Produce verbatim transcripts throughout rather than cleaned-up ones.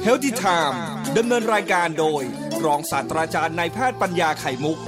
Healthy Time ดำเนินรายการโดยรองศาสตราจารย์นายแพทย์ปัญญาไข่มุก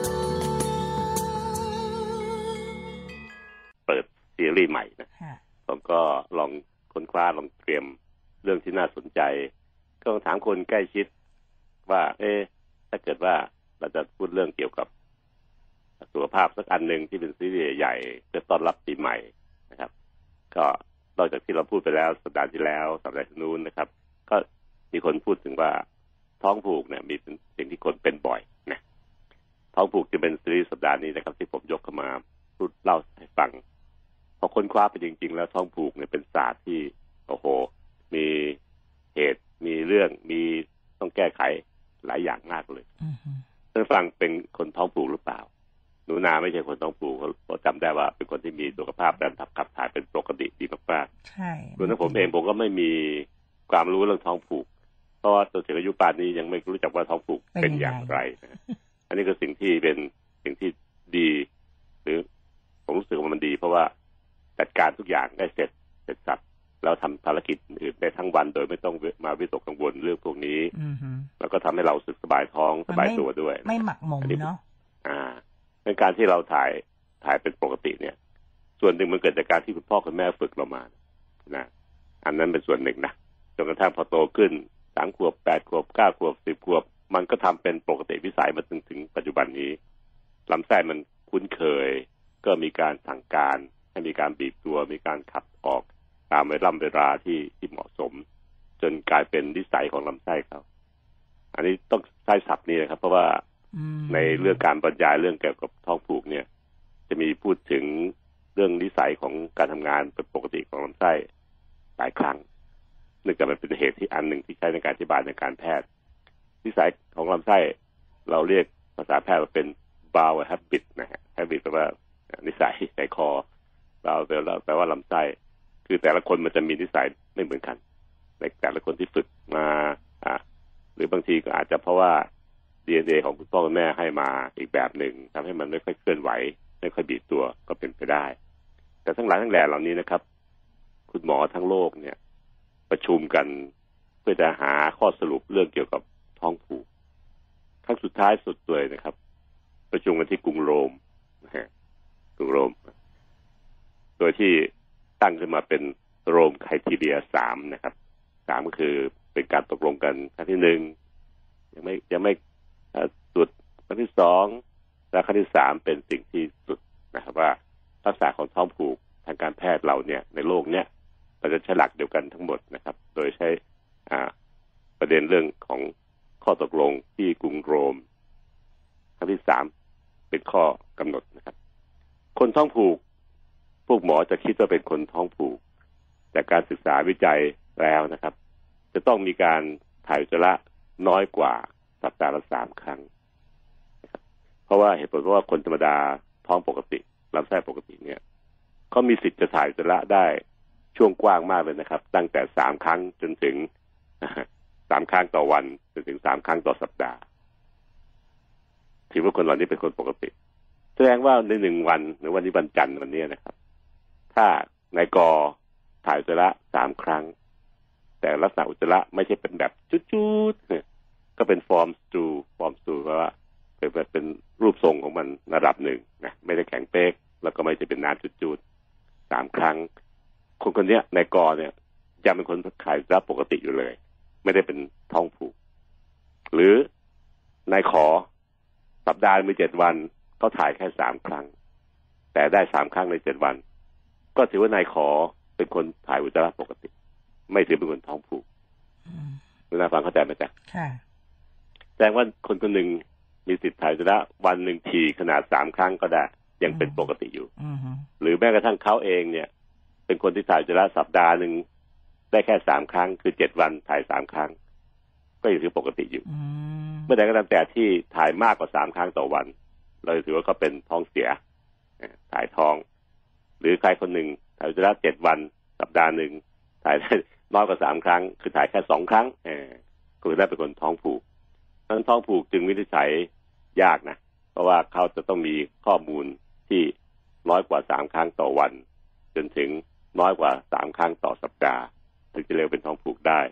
เปิดซีรีส์ใหม่นะผมก็ลองค้นคว้าลองเตรียมเรื่องที่น่าสนใจก็ถามคนใกล้ชิดว่าเอ๊ะถ้าเกิดว่าเราจะพูดเรื่องเกี่ยวกับสุขภาพสักอันหนึ่งที่เป็นซีรีส์ใหญ่เพื่อต้อนรับปีใหม่นะครับก็นอกจากที่เราพูดไปแล้วสัปดาห์ที่แล้วสัปดาห์ที่นู้นนะครับก็มีคนพูดถึงว่าท้องผูกเนี่ยมีเป็นสิ่งที่คนเป็นบ่อยนะท้องผูกจะเป็นซีรีส์สัปดาห์นี้นะครับที่ผมยกเข้ามาพูดเล่าให้ฟังพอค้นคว้าไปจริงๆแล้วท้องผูกเนี่ยเป็นศาสตร์ที่โอ้โหมีเหตุมีเรื่องมีต้องแก้ไขหลายอย่างมากเลยท่านฟังเป็นคนท้องผูกหรือเปล่าหนูนาไม่ใช่คนท้องผูกเขาจำได้ว่าเป็นคนที่มีสุขภาพการขับถ่ายเป็นปกติดีมากๆใช่ส่วนผมเองผมก็ไม่มีความรู้เรื่องท้องผูกเพราะว่าตัวเด็กอายุป่านนี้ยังไม่รู้จักว่าท้องผูกเป็นอย่างไรนะอันนี้ก็สิ่งที่เป็นสิ่งที่ดีหรือผมรู้สึกว่ามันดีเพราะว่าจัดการทุกอย่างได้เสร็จเสร็จสับแล้วทำภารกิจอื่นได้ทั้งวันโดยไม่ต้องมาวิตกกังวลเรื่องพวกนี้แล้วก็ทำให้เราสึกสบายท้องสบายตัวด้วยไม่หมักหมมเนาะอ่าในการที่เราถ่ายถ่ายเป็นปกติเนี่ยส่วนหนึ่งมันเกิดจากการที่คุณพ่อคุณแม่ฝึกเรามานะอันนั้นเป็นส่วนหนึ่งนะจนกระทั่งพอโตขึ้นสามขวบแปดขวบเก้าขวบสิบขวบมันก็ทำเป็นปกติวิสัยมาถึงถึงปัจจุบันนี้ลำไส้มันคุ้นเคยก็มีการสั่งการให้มีการบีบตัวมีการขับออกตามเวลาเวลาที่ที่เหมาะสมจนกลายเป็นนิสัยของลำไส้เขาอันนี้ต้องใช้ศัพท์นี้นะครับเพราะว่าในเรื่องการบรรยายเรื่องเกี่ยวกับท้องผูกเนี่ยจะมีพูดถึงเรื่องนิสัยของการทำงานเป็นปกติของลำไส้หลายครั้งเนื่องจากมันเป็นเหตุที่อันหนึ่งที่ใช้ในการอธิบายในการแพทย์นิสัยของลำไส้เราเรียกภาษาแพทย์ว่าเป็น bowel habit นะฮะ habit แปลว่านิสัยในคอ bowel แปลว่าลำไส้คือแต่ละคนมันจะมีนิสัยไม่เหมือนกันในแต่ละคนที่ฝึกมาอ่าหรือบางทีก็อาจจะเพราะว่า ดี เอ็น เอ ของคุณพ่อคุณแม่ให้มาอีกแบบหนึ่งทำให้มันไม่ค่อยเคลื่อนไหวไม่ค่อยบีบตัวก็เป็นไปได้แต่ทั้งหลายทั้งแหล่เหล่านี้นะครับคุณหมอทั้งโลกเนี่ยประชุมกันเพื่อจะหาข้อสรุปเรื่องเกี่ยวกับท้องผูกครั้งสุดท้ายสุดเลยนะครับประชุมกันที่กรุงโรมนะฮะกรุงโรมโดยที่ตั้งขึ้นมาเป็นโรมไครทีเรียสามนะครับสามก็คือเป็นการตกลงกันครั้งที่หนึ่งยังไม่ยังไม่สุดครั้งที่สองและครั้งที่สามเป็นสิ่งที่สุดนะครับว่าลักษณะของท้องผูกทางการแพทย์เราเนี่ยในโลกเนี้ยเราจะใช้หลักเดียวกันทั้งหมดนะครับโดยใช้ประเด็นเรื่องของข้อตกลงที่กรุงโรมครั้งที่สามเป็นข้อกำหนดนะครับคนท้องผูกพวกหมอจะคิดว่าเป็นคนท้องผูกแต่การศึกษาวิจัยแล้วนะครับจะต้องมีการถ่ายอุจจาระน้อยกว่าสัปดาห์ละสามครั้งเพราะว่าเหตุผลเพราะว่าคนธรรมดาท้องปกติลำไส้ปกติเนี่ยเขามีสิทธิ์จะถ่ายอุจจาระได้ช่วงกว้างมากเลยนะครับตั้งแต่สามครั้งจนถึงสามครั้งต่อวันจนถึงสามครั้งต่อสัปดาห์ถือว่าคนเหล่านี้เป็นคนปกติแสดงว่าในหนึ่งวันหรือวันนี้วันจันทร์วันนี้นะครับถ้านายกถ่ายอุจจาระสามครั้งแต่ลักษณะอุจจาระไม่ใช่เป็นแบบจุดๆก็เป็นฟอร์มสตูฟอร์มสตูแปลว่าเป็นเป็นรูปทรงของมันระดับหนึ่งนะไม่ได้แข็งเป๊กแล้วก็ไม่ใช่เป็นน้ำจุดๆสามครั้งคนคนนี้นายกเนี่ยยังเป็นคนถ่ายอุจจาระปกติอยู่เลยไม่ได้เป็นท้องผูกหรือนายขอสัปดาห์มีเจ็ดวันเขาถ่ายแค่สามครั้งแต่ได้สามครั้งในเจ็ดวันก็ถือว่านายขอเป็นคนถ่ายอุจจาระปกติไม่ถือเป็นคนท้องผูกคุณน่าฟังเข้าใจไหมจ๊ะค่ะแสดงว่าคนคนหนึ่งมีสิทธิ์ถ่ายอุจจาระวันหนึ่งทีขนาดสามครั้งก็ได้ยังเป็นปกติอยู่หรือแม้กระทั่งเขาเองเนี่ยเป็นคนที่ถ่ายอุจจาระสัปดาห์หนึ่งได้แค่สามครั้งคือเจ็ดวันถ่ายสามครั้งก็ยังถือปกติอยู่เมื่อใดก็ตามแต่ที่ถ่ายมากกว่าสามครั้งต่อวันเราถือว่าเขาเป็นท้องเสียถ่ายท้องหรือใครคนหนึ่งถ่ายอุจจาระเจ็ดวันสัปดาห์หนึ่งถ่ายได้น้อยกว่าสามครั้งคือถ่ายแค่สองครั้งเออก็จะได้เป็นคนท้องผูกทั้งท้องผูกจึงวินิจฉัยยากนะเพราะว่าเขาจะต้องมีข้อมูลที่น้อยกว่าสามครั้งต่อวันจนถึงน้อยกว่าสามครั้งต่อสัปดาห์ถึงจะเรียกเป็นท้องผูกได้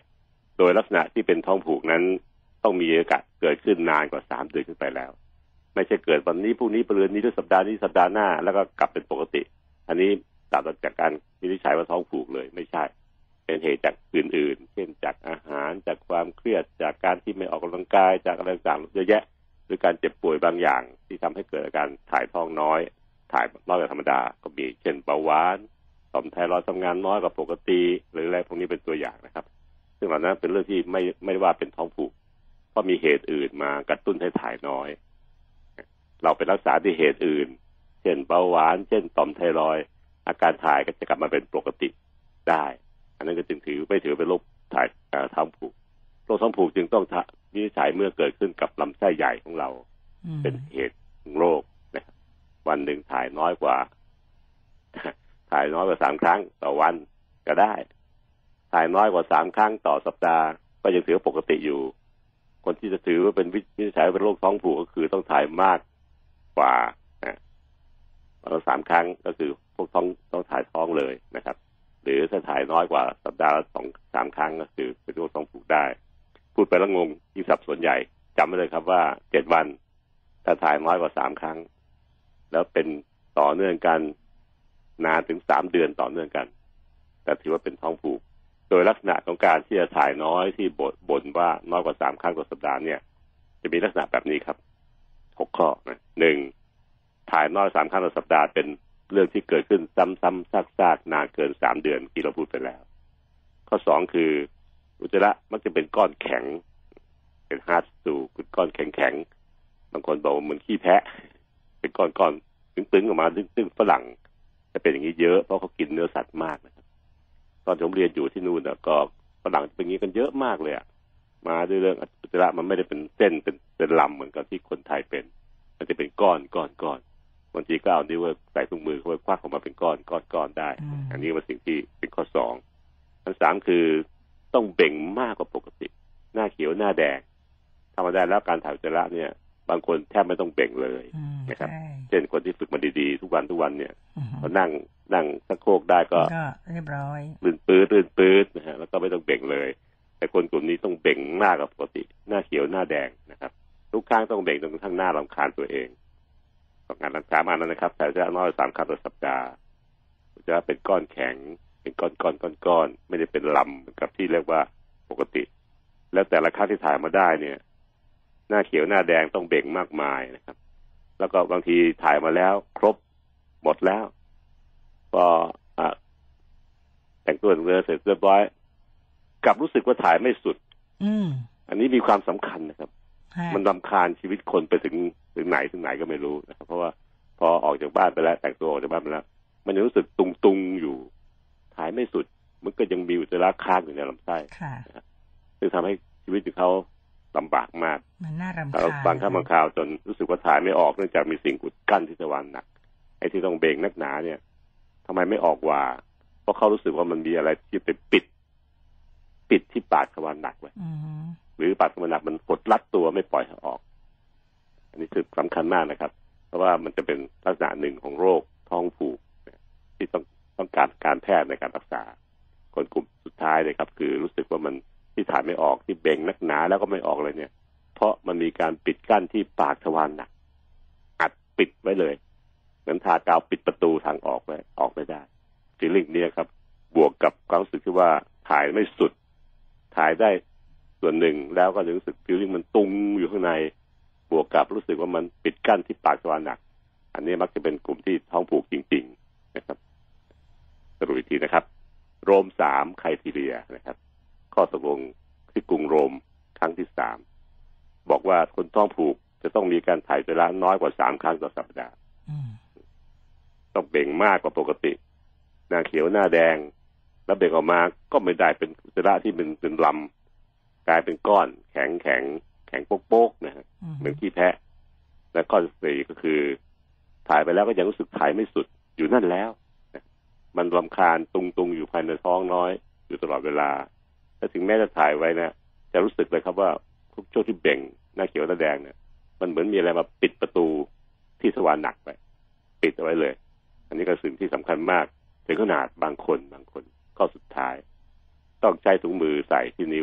โดยลักษณะที่เป็นท้องผูกนั้นต้องมีอาการเกิดขึ้นนานกว่าสามเดือนขึ้นไปแล้วไม่ใช่เกิดวันนี้พรุ่งนี้เดือนนี้หรือสัปดาห์นี้สัปดาห์หน้าแล้วก็กลับเป็นปกติอันนี้ตัดจากการวินิจฉัยว่าท้องผูกเลยไม่ใช่เป็นเหตุจากอื่นๆเช่นจากอาหารจากความเครียดจากการที่ไม่ออกกำลังกายจากอะไรต่างๆเยอะแยะหรือการเจ็บป่วยบางอย่างที่ทำให้เกิดอาการถ่ายท้องน้อยถ่ายน้อยกว่าธรรมดาก็มีเช่นเบาหวานต่อมไทรอยด์ทำงานน้อยกว่าปกติหรืออะไรพวกนี้เป็นตัวอย่างนะครับซึ่งเหล่านั้นเป็นเรื่องที่ไม่ไม่ว่าเป็นท้องผูกเพราะมีเหตุอื่นมากระตุ้นให้ถ่ายน้อยเราไปรักษาที่เหตุอื่นเช่นเบาหวานเช่นต่อมไทรอยด์อาการถ่ายก็จะกลับมาเป็นปกติได้อันนั้นก็จึงถือไม่ถือเป็นโรคถ่ายท้องผูกโรคท้องผูกจึงต้องวินิจฉัยเมื่อเกิดขึ้นกับลำไส้ใหญ่ของเราเป็นเหตุของโรคนะวันหนึ่งถ่ายน้อยกว่าถ่ายน้อยกว่าสามครั้งต่อวันก็ได้ถ่ายน้อยกว่าสามครั้งต่อสัปดาห์ก็ยังถือปกติอยู่คนที่จะถือว่าเป็นวินิจฉัยเป็นโรคท้องผูกก็คือต้องถ่ายมากกว่านะเราสามครั้งก็คือพวกท้องต้องถ่ายท้องเลยนะครับหรือถ้าถ่ายน้อยกว่าสัปดาห์ละสองสามครั้งก็คือเป็นโรคท้องผูกได้พูดไปแล้วงงยิ่งสับสนใหญ่จำไว้เลยครับว่าเจ็ดวันถ้าถ่ายน้อยกว่าสามครั้งแล้วเป็นต่อเนื่องกันนานถึงสามเดือนต่อเนื่องกันแต่ถือว่าเป็นท้องผูกโดยลักษณะของการที่จะถ่ายน้อยที่บ่นว่าน้อยกว่าสามครั้งต่อสัปดาห์เนี่ยจะมีลักษณะแบบนี้ครับหกข้อนะหนึ่งถ่ายน้อยสามครั้งต่อสัปดาห์เป็นเรื่องที่เกิดขึ้นซ้ำๆซากๆนานเกินสามเดือนที่เราพูดไปแล้วข้อสองคืออุจจาระมักจะเป็นก้อนแข็งเป็นฮาร์ดสตูคือก้อนแข็งๆบางคนบอกว่าเหมือนขี้แพะเป็นก้อนๆตึงๆออกมาซึ่งฝรั่งจะเป็นอย่างนี้เยอะเพราะเขากินเนื้อสัตว์มากนะครับตอนผมเรียนอยู่ที่นู่นนะก็ฝรั่งเป็นอย่างนี้กันเยอะมากเลยอ่ะมาด้วยเรื่องอุจจาระมันไม่ได้เป็นเส้นเป็นเป็นลำเหมือนกับที่คนไทยเป็นมันจะเป็นก้อนก้อนก้อนบางทีก็เอานิ้วใส่ถุงมือเขาไปควักออกมาเป็นก้อนก้อนก้อนได้อันนี้เป็นสิ่งที่เป็นข้อสองอันสามคือต้องเบ่งมากกว่าปกติหน้าเขียวหน้าแดงธรรมดาแล้วการถ่ายอุจจาระเนี่ยบางคนแทบไม่ต้องเบ่งเลยนะครับเช่นคนที่ฝึกมาดีๆทุกวันทุกวันเนี่ยเขานั่งนั่งสักโครกได้ก็เรียบร้อยลื่นปื้ดลื่นปื้ดนะฮะแล้วก็ไม่ต้องเบ่งเลยแต่คนกลุ่มนี้ต้องเบ่งมากกว่าปกติหน้าเขียวหน้าแดงนะครับทุกครั้งต้องเบ่งจนกระทั่งหน้ารำคาญตัวเองงานรักษามาแล้วนะครับแต่จะน้อยสามครั้งต่อสัปดาห์จะเป็นก้อนแข็งเป็นก้อนก้อนก้อนก้อนไม่ได้เป็นลำเหมือนกับที่เรียกว่าปกติแล้วแต่ละครั้งที่ถ่ายมาได้เนี่ยหน้าเขียวหน้าแดงต้องเบ่งมากมายนะครับแล้วก็บางทีถ่ายมาแล้วครบหมดแล้วพอแต่งตัวเรือเสร็จเรียบร้อยกลับรู้สึกว่าถ่ายไม่สุดอืมอันนี้มีความสำคัญนะครับมันรำคาญชีวิตคนไปถึงถึงไหนถึงไหนก็ไม่รู้นะครับเพราะว่าพอออกจากบ้านไปแล้วแต่งตัวออกจากบ้านไปแล้วมันยังรู้สึกตุงๆอยู่ถ่ายไม่สุดมันก็ยังมีอุจจาระค้างอยู่ในลำไส้ซึ่งทำให้ชีวิตของเขาลำบากมากมันน่ารำคาญบางครั้งบางคราวจนรู้สึกว่าถ่ายไม่ออกเนื่องจากมีสิ่งอุดกั้นที่ทวารหนักไอ้ที่ต้องเบ่งนักหนาเนี่ยทำไมไม่ออกว่าเพราะเขารู้สึกว่ามันมีอะไรที่ไปปิดปิดที่ปากทวารหนักไว้หรือปากทวารหนักมันกดรัดตัวไม่ปล่อยให้ออกอันนี้คือสำคัญมากนะครับเพราะว่ามันจะเป็นลักษณะหนึ่งของโรคท้องผูกที่ต้องต้องการการแพทย์ในการรักษาคนกลุ่มสุดท้ายเลยครับคือรู้สึกว่ามันที่ถ่ายไม่ออกที่เบ่งนักหนาแล้วก็ไม่ออกเลยเนี่ยเพราะมันมีการปิดกั้นที่ปากทวารหนักอัดปิดไว้เลยเหมือนทากาวปิดประตูทางออกไว้ออกไม่ได้ฟีลลิ่งนี้ครับบวกกับความรู้สึกที่ว่าถ่ายไม่สุดถ่ายได้ส่วนหนึ่งแล้วก็รู้สึกฟีลลิ่งมันตุงอยู่ข้างในบวกกับรู้สึกว่ามันปิดกั้นที่ปากทวารหนักอันนี้มักจะเป็นกลุ่มที่ท้องผูกจริงๆนะครับสรุปอีกทีนะครับโรมสามไคทีเรียนะครับข้อตกลงที่กรุงโรมครั้งที่สามบอกว่าคนท้องผูกจะต้องมีการถ่ายอุจจาระน้อยกว่าสามครั้งต่อสัปดาห์ต้องเบ่งมากกว่าปกติหน้าเขียวหน้าแดงแล้วเบ่งออกมาก็ไม่ได้เป็นอุจจาระที่เป็นเป็นลำกลายเป็นก้อนแข็งแข็งแข็งโป๊กๆนะฮะเหมือนขี้แพะและข้อสี่ก็คือถ่ายไปแล้วก็ยังรู้สึกถ่ายไม่สุดอยู่นั่นแล้วมันรำคาญตุงๆอยู่ภายในท้องน้อยอยู่ตลอดเวลาถ้าถึงแม้จะถ่ายไว้นะจะรู้สึกเลยครับว่าทุกช่วงที่เบ่งหน้าเขียวหน้าแดงเนี่ยมันเหมือนมีอะไรมาปิดประตูที่ทวารหนักไปปิดเอาไว้เลยอันนี้ก็สิ่งที่สำคัญมากถึงขนาดบางคนบางคนข้อสุดท้ายต้องใช้ถุงมือใส่ที่นิ้ว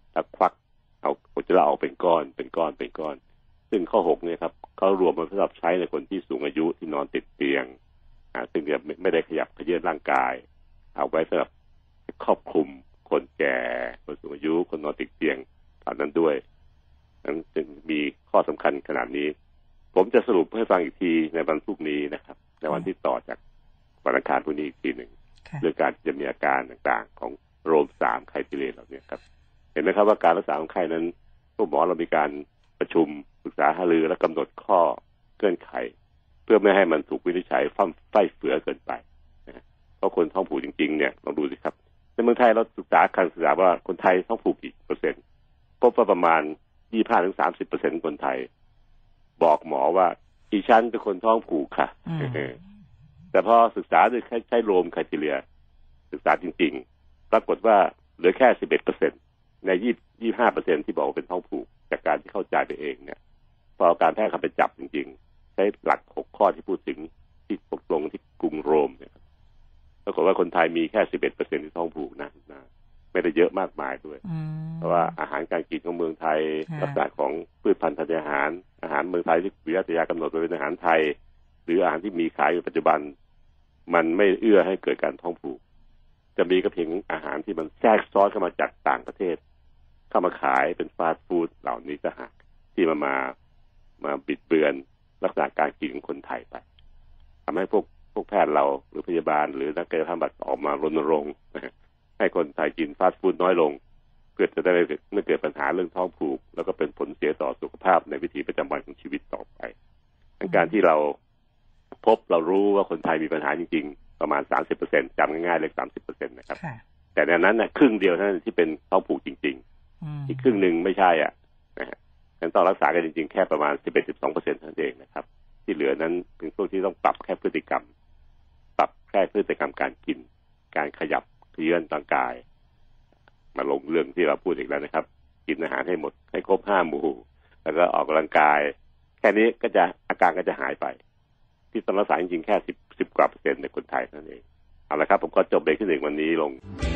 แล้วควักเอาอุจจาระออกเป็นก้อนเป็นก้อนเป็นก้อนซึ่งข้อหกเนี่ยครับเขารวมมาสำหรับใช้ในคนที่สูงอายุที่นอนติดเตียงอ่าซึ่งจะไม่ได้ขยับเขยื้อนร่างกายเอาไว้สำหรับครอบคลุมคนแก่คนสูงอายุคนนอนติดเตียงเหล่านั้นด้วยนั้นจึงมีข้อสำคัญขนาดนี้ผมจะสรุปให้ฟังอีกทีในวันพรุ่งนี้นะครับในวันที่ต่อจากวันอังคารพรุ่งนี้อีกทีหนึ่งเรื่องการจะมีอาการต่างๆของโรมสามไคทีเรเหล่านี้ครับเห็นไหมครับว่าการรักษาของไข้นั้นพวกหมอเรามีการประชุมปรึกษาหารือและกำหนดข้อเงื่อนไขเพื่อไม่ให้มันถูกวินิจฉัยฟั่มไฟ่เฟือเกินไปนะเพราะคนท้องผูกจริงๆเนี่ยลองดูสิครับในเมืองไทยเราศึกษาการศึกษาว่าคนไทยท้องผูกกี่เปอร์เซ็นต์พบว่าประมาณ ยี่สิบห้าถึงสามสิบเปอร์เซ็นต์ คนไทยบอกหมอว่าดิฉันเป็นคนท้องผูกค่ะแต่พอศึกษาโดยใช้โรมไคทีเรียศึกษาจริงๆปรากฏว่าเหลือแค่ สิบเอ็ดเปอร์เซ็นต์ ใน ยี่สิบห้าเปอร์เซ็นต์ ที่บอกว่าเป็นท้องผูกจากการที่เข้าใจไปเองเนี่ยพอการแพทย์เข้าไปจับจริงๆใช้หลักหกข้อที่พูดถึงที่ตกลงที่กรุงโรมเนี่ยปรากฏว่าคนไทยมีแค่ สิบเอ็ดเปอร์เซ็นต์ ที่ท้องผูกนะไม่ได้เยอะมากมายด้วยเพราะว่าอาหารการกินของเมืองไทยลักษณะของพืชพันธุ์ธัญญาหารอาหารเมืองไทยที่วิทยากำหนดไว้เป็นอาหารไทยหรืออาหารที่มีขายอยู่ปัจจุบันมันไม่เอื้อให้เกิดการท้องผูกจะมีก็เพียงอาหารที่มันแทรกซ้อนเข้ามาจากต่างประเทศเข้ามาขายเป็นฟาสต์ฟู้ดเหล่านี้ก็หากที่มามามาบิดเบือนลักษณะการกินของคนไทยไปทำให้พวกพวกแพทย์เราหรือพยาบาลหรือนักกายภาพบำบัดออกมารณรงค์ให้คนไทยกินฟาสต์ฟู้ดน้อยลงเพื่อจะได้ไม่เกิดปัญหาเรื่องท้องผูกแล้วก็เป็นผลเสียต่อสุขภาพในวิถีประจำวันของชีวิตต่อไปการที่เราพบเรารู้ว่าคนไทยมีปัญหาจริงๆประมาณ สามสิบเปอร์เซ็นต์ จำง่ายๆเลย สามสิบเปอร์เซ็นต์ นะครับแต่ในนั้นน่ะครึ่งเดียวเท่านั้นที่เป็นท้องผูกจริงๆอีกครึ่งหนึ่งไม่ใช่อ่ะนะฮะงั้นต้องรักษากันจริงๆแค่ประมาณ สิบเอ็ดถึงสิบสองเปอร์เซ็นต์ เท่านั้นเองนะครับที่เหลือนั้นเป็นพวกที่ต้องปรับแค่พฤติกรรมปรับแค่พฤติกรรมการกินการขยับเคลื่อนร่างกายมาลงเรื่องที่เราพูดอีกแล้วนะครับกินอาหารให้หมดให้ครบห้าหมู่แล้วก็ออกกำลังกายแค่นี้ก็จะอาการก็จะหายไปที่ต้องรักษาจริงๆแค่สิบ สิบกว่าเปอร์เซ็นต์ในคนไทยนั่นเองเอาละครับผมก็จบเบรกที่หนึ่งวันนี้ลง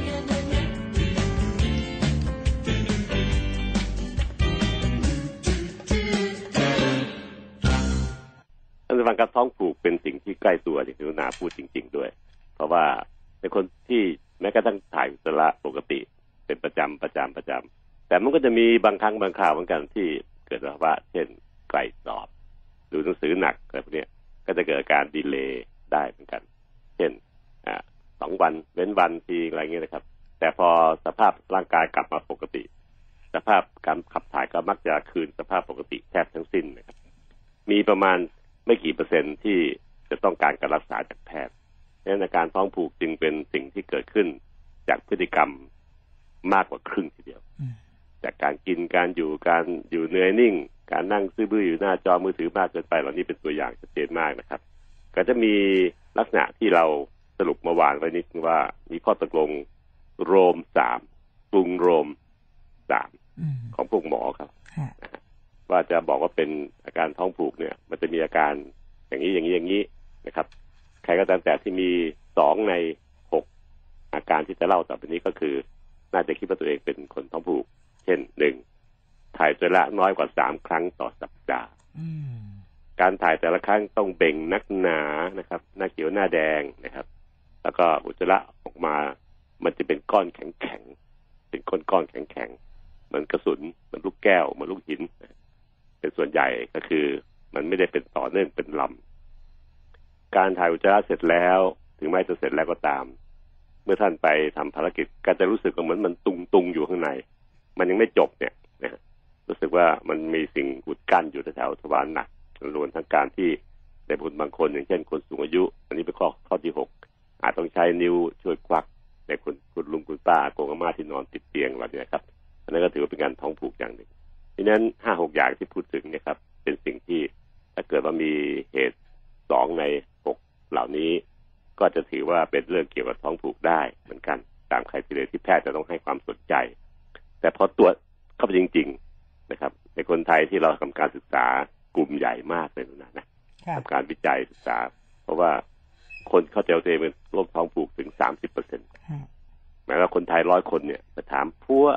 ท่านผู้ฟังครับท้องผูกเป็นสิ่งที่ใกล้ตัวอย่างที่คุณนาพูดจริงๆด้วยเพราะว่าในคนที่แม้กระทั่งถ่ายอุจจาระปกติเป็นประจำประจำประจำแต่มันก็จะมีบางครั้งบางคราวเหมือนกันที่เกิดภาวะเช่นไกลสอบดูหนังสือหนักอะไรพวกนี้ก็จะเกิดอาการดีเลย์ได้เหมือนกันเช่นอ่าสองวันเว้นวันทีอะไรเงี้ยนะครับแต่พอสภาพร่างกายกลับมาปกติสภาพการขับถ่ายก็มักจะคืนสภาพปกติแทบทั้งสิ้นนะครับมีประมาณไม่กี่เปอร์เซ็นต์ที่จะต้องการการรักษาจากแพทย์ดังนั้นอาการท้องผูกจึงเป็นสิ่งที่เกิดขึ้นจากพฤติกรรมมากกว่าครึ่งทีเดียวจากการกินการอยู่การอยู่เนื่อยนิ่งการนั่งซื่อบื้ออยู่หน้าจอมือถือมากเกินไปเหล่านี้เป็นตัวอย่างชัดเจนมากนะครับก็จะมีลักษณะที่เราสรุปเมื่อวานไว้นิดว่ามีข้อตกลงโรมสามกรุงโรมสามของพวกหมอครับว่าจะบอกว่าเป็นอาการท้องผูกเนี่ยมันจะมีอาการอย่างนี้อย่างนี้อย่างนี้นะครับใครก็ตามแต่ที่มีสองในหกอาการที่จะเล่าต่อไปนี้ก็คือน่าจะคิดว่าตัวเองเป็นคนท้องผูกเช่นหนึ่งถ่ายอุจจาระน้อยกว่าสามครั้งต่อสัปดาห์การถ่ายแต่ละครั้งต้องเบ่งนักหนานะครับหน้าเขียวหน้าแดงนะครับแล้วก็อุจจาระออกมามันจะเป็นก้อนแข็งๆเป็นก้อนก้อนแข็งๆเหมือนกระสุนเหมือนลูกแก้วเหมือนลูกหินเป็นส่วนใหญ่ก็คือมันไม่ได้เป็นต่อเนื่องเป็นลำการถ่ายอุจจาระเสร็จแล้วถึงแม้จะเสร็จแล้วก็ตามเมื่อท่านไปทำภารกิจก็จะรู้สึกว่าเหมือนมันตุงๆอยู่ข้างในมันยังไม่จบเนี่ยนะรู้สึกว่ามันมีสิ่งอุดกั้นอยู่แถวทวารหนักรวมทั้งการที่ในบุคคลบางคนอย่างเช่นคนสูงอายุอันนี้เป็นข้อข้อที่หกอาจต้องใช้นิ้วช่วยควักในคนคุณลุงคุณป้าโกงอาม่าที่นอนติดเตียงอะไรเนี่ยครับอันนั้นก็ถือว่าเป็นการท้องผูกอย่างหนึ่งดังนั้นห้าหกอย่างที่พูดถึงเนี่ยครับเป็นสิ่งที่ถ้าเกิดว่ามีเหตุสองในหกเหล่านี้ก็จะถือว่าเป็นเรื่องเกี่ยวกับท้องผูกได้เหมือนกันตามไคทีเรียที่แพทย์จะต้องให้ความสนใจแต่พอตรวจเข้าไปจริงๆนะครับในคนไทยที่เราทำการศึกษากลุ่มใหญ่มากเลยนะนะทำการวิจัยศึกษาเพราะว่าคนเข้าใจว่าตัวเองเป็นโรคท้องผูกถึง สามสิบเปอร์เซ็นต์ หมายว่าคนไทยร้อยคนเนี่ยมาถามพัวค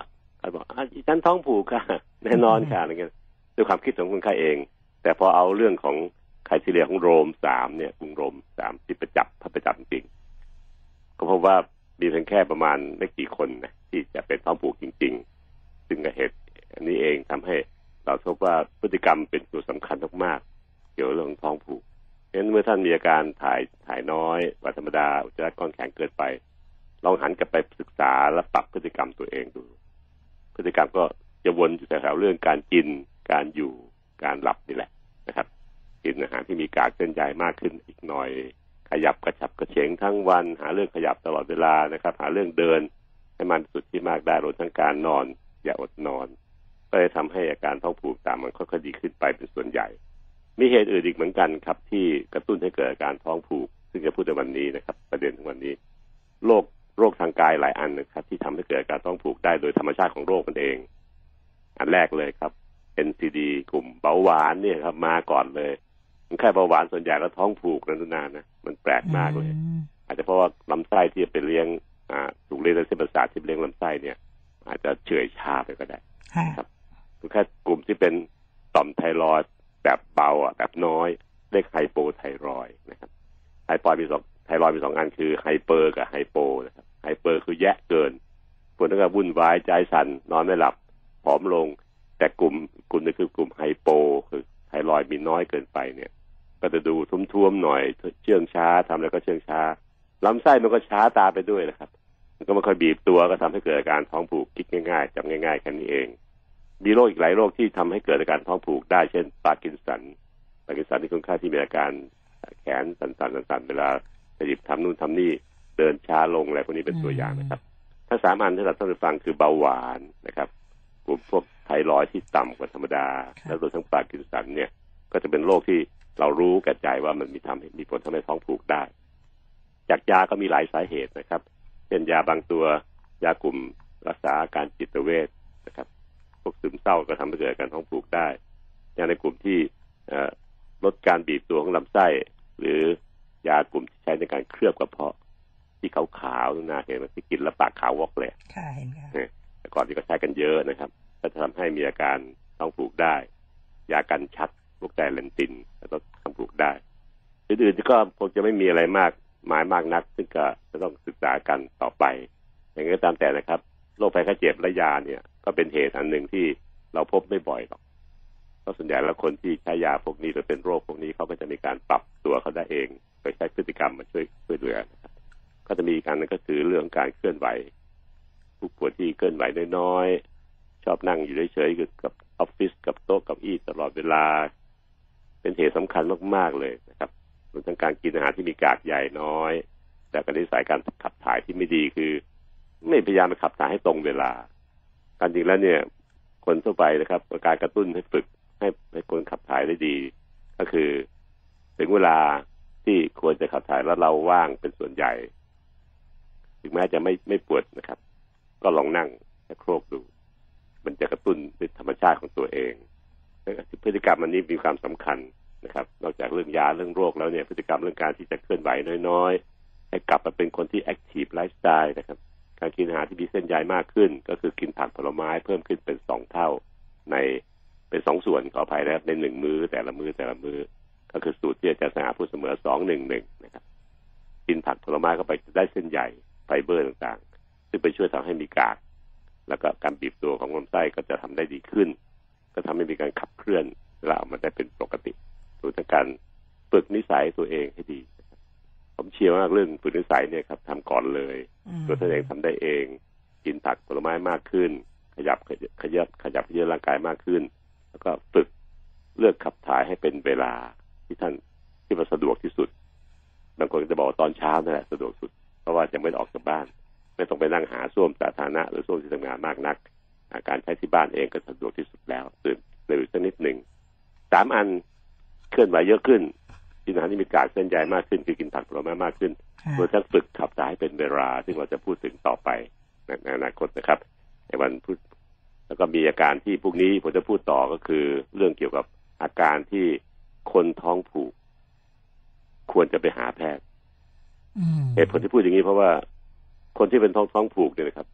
เขาบอกอ่ะฉันท้องผูกค่ะแน่นอนค่ะอะไรเงี้ยด้วยความคิดของคนไข้เองแต่พอเอาเรื่องของไครทีเรียของโรมสามเนี่ยกรุงโรมสามที่ประจับพระประจับจริงก็พบว่ามีเพียงแค่ประมาณไม่กี่คนนะที่จะเป็นท้องผูกจริงๆซึ่งเหตุอันนี้เองทำให้เราพบว่าพฤติกรรมเป็นตัวสำคัญมากๆเกี่ยวกับเรื่องท้องผูกเพราะฉะนั้นเมื่อท่านมีอาการถ่ายถ่ายน้อยกว่าธรรมดาอุจจาระก้อนแข็งเกินไปลองหันกลับไปศึกษาและปรับพฤติกรรมตัวเองดูพฤติกรรมก็จะวนอยู่แถวๆเรื่องการกินการอยู่การหลับนี่แหละนะครับกินอาหารที่มีกากเส้นใยมากขึ้นอีกหน่อยขยับกระฉับกระเฉงทั้งวันหาเรื่องขยับตลอดเวลานะครับหาเรื่องเดินให้มันสุดที่มากได้รวมทั้งการนอนอย่าอดนอนก็จะทำให้อาการท้องผูกตามมันค่อยๆดีขึ้นไปเป็นส่วนใหญ่มีเหตุอื่นอีกเหมือนกันครับที่กระตุ้นให้เกิดอาการท้องผูกซึ่งจะพูดในวันนี้นะครับประเด็นของวันนี้โรคโรคทางกายหลายอันนะครับที่ทำให้เกิดอาการท้องผูกได้โดยธรรมชาติของโรคมันเองอันแรกเลยครับ เอ็น ซี ดี กลุ่มเบาหวานเนี่ยครับมาก่อนเลยคนไข้เบาหวานส่วนใหญ่แล้วท้องผูกนั้นนานนะมันแปลกมากเลยอาจจะเพราะว่าลำไส้ที่จะไปเลี้ยงอ่าถูกเลี้ยงในเส้นประสาทที่เลี้ยงลำไส้เนี่ยอาจจะเฉื่อยชาไปก็ได้ครับคนไข้กลุ่มที่เป็นต่อมไทรอยด์แบบเบาอ่ะแบบน้อยเรียกไฮโปไทรอยด์นะครับไฮโปมีสองไทรอยด์มีสองอันคือไฮเปอร์กับไฮโปนะครับไฮเปอร์คือแยะเกินคนที่ก็วุ่นวายใจสั่นนอนไม่หลับผอมลงแต่กลุ่มกลุ่มนี้คือกลุ่มไฮโปคือไทรอยด์มีน้อยเกินไปเนี่ยก็จะดูทุ่วมๆหน่อยเชื่องช้าทำอะไรก็เชื่องช้าลำไส้มันก็ช้าตามไปด้วยนะครับมันก็ไม่ค่อยบีบตัวก็ทำให้เกิดอาการท้องผูกคิดง่ายๆจำง่ายๆแค่นี้เองมีโรคอีกหลายโรคที่ทำให้เกิดอาการท้องผูกได้เช่นปาร์กินสันปาร์กินสันที่คนไข้ที่มีอาการแขนสั่นๆสั่นๆเวลาจะหยิบทำนู่นทำนี่เดินช้าลงอะไรพวกนี้เป็นตัวอย่างนะครับถ้าสามอันที่เราต้องฟังคือเบาหวานนะครับกลุ่มพวกไทรอยด์ที่ต่ำกว่าธรรมดาแล้วรวมทั้งปาร์กินสันเนี่ยก็จะเป็นโรคที่เรารู้แก่ใจว่ามันมีทำให้มีผลทำให้ท้องผูกได้จากยาก็มีหลายสาเหตุนะครับเช่นยาบางตัวยากลุ่มรักษาอาการจิตเวชนะครับพวกซึมเศร้าก็ทำให้เกิดการท้องผูกได้ยาในกลุ่มที่ลดการบีบตัวของลำไส้หรือยากลุ่มที่ใช้ในการเคลือบกระเพาะที่ขาวๆน่าเห็นที่กินแล้วปากขาววอกเลยค่ะเห็นค่ะแต่ก่อนที่ก็ใช้กันเยอะนะครับก็จะทำให้มีอาการท้องผูกได้ยากันชักพวกไดเลนตินแล้วก็ท้องผูกได้อื่นๆก็คงจะไม่มีอะไรมากหมายมากนักซึ่งก็จะต้องศึกษากันต่อไปอย่างไรก็ตามแต่นะครับโรคภัยไข้เจ็บและยาเนี่ยก็เป็นเหตุอันหนึ่งที่เราพบไม่บ่อยหรอกเพราะส่วนใหญ่แล้วคนที่ใช้ยาพวกนี้หรือเป็นโรคพวกนี้เขาก็จะมีการปรับตัวเขาได้เองโดยใช้พฤติกรรมมาช่วยช่วยเหลือนะครับก็จะมีอีกอันนึงก็คือเรื่องการเคลื่อนไหวผู้ป่วยที่เคลื่อนไหวน้อยๆชอบนั่งอยู่เฉยๆกับออฟฟิศกับโต๊ะกับอี้ตลอดเวลาเป็นเหตุสำคัญมากๆเลยนะครับรวมทั้งการกินอาหารที่มีกากใยน้อยแต่การนิสัยการขับถ่ายที่ไม่ดีคือไม่พยายามไปขับถ่ายให้ตรงเวลาการจริงแล้วเนี่ยคนทั่วไปนะครับการกระตุ้นให้ฝึกให้ให้คนขับถ่ายได้ดีก็คือถึงเวลาที่ควรจะขับถ่ายแล้วเราว่างเป็นส่วนใหญ่ถึงแม้จะไม่ไม่ปวดนะครับก็ลองนั่งชักโครกดูมันจะกระตุ้นด้วยธรรมชาติของตัวเองพฤติกรรมอันนี้มีความสำคัญนะครับนอกจากเรื่องยาเรื่องโรคแล้วเนี่ยพฤติกรรมเรื่องการที่จะเคลื่อนไหวน้อยๆให้กลับมาเป็นคนที่แอคทีฟไลฟ์สไตล์นะครับการกินอาหารที่มีเส้นใยมากขึ้นก็คือกินผักผลไม้เพิ่มขึ้นเป็นสองเท่าในเป็นสองส่วนขออภัยนะครับในหนึ่งมื้อแต่ละมื้อแต่ละมื้อก็คือสูตรที่อาจารย์สง่าพูดเสมอสองหนึ่งหนึ่งนะครับกินผักผลไม้เข้าไปจะได้เส้นใยไฟเบอร์ต่างๆซึ่งไปช่วยทำให้มีกากแล้วก็การบีบตัวของลำไส้ก็จะทำได้ดีขึ้นก็ทำให้มีการขับเคลื่อนและออกมาได้เป็นปกติโดยการฝึกนิสัยตัวเองให้ดีผมเชื่อว่าเรื่องฝึกนิสัยเนี่ยครับทำก่อนเลยตัวท่านเองทำได้เองกินผักผลไม้มากขึ้นขยับขยับขยับขยับเยอะร่างกายมากขึ้นแล้วก็ฝึกเลือกขับถ่ายให้เป็นเวลาที่ท่านที่มันสะดวกที่สุดบางคนจะบอกตอนเช้านั่นแหละสะดวกสุดเพราะว่าจะไม่ออกจากบ้านไม่ต้องไปนั่งหาส้วมสาธารณะหรือส้วมที่ทำงานมากนักการใช้ที่บ้านเองก็สะดวกที่สุดแล้วตื่นเร็วสักนิดหนึ่งสามอันเคลื่อนไหวเยอะขึ้นกินอาหารที่มีกากเส้นใยมากขึ้นคือกินผักผลไม้มากขึ้นโดยทั้งฝึกขับถ่ายให้เป็นเวลาซึ่งเราจะพูดถึงต่อไปในอนาคตนะครับในวันพุธแล้วก็มีอาการที่พวกนี้ผมจะพูดต่อก็คือเรื่องเกี่ยวกับอาการที่คนท้องผูกควรจะไปหาแพทย์เหตุผลที่พูดอย่างนี้เพราะว่าคนที่เป็นท้องท้องผูกเนี่ยนะครับ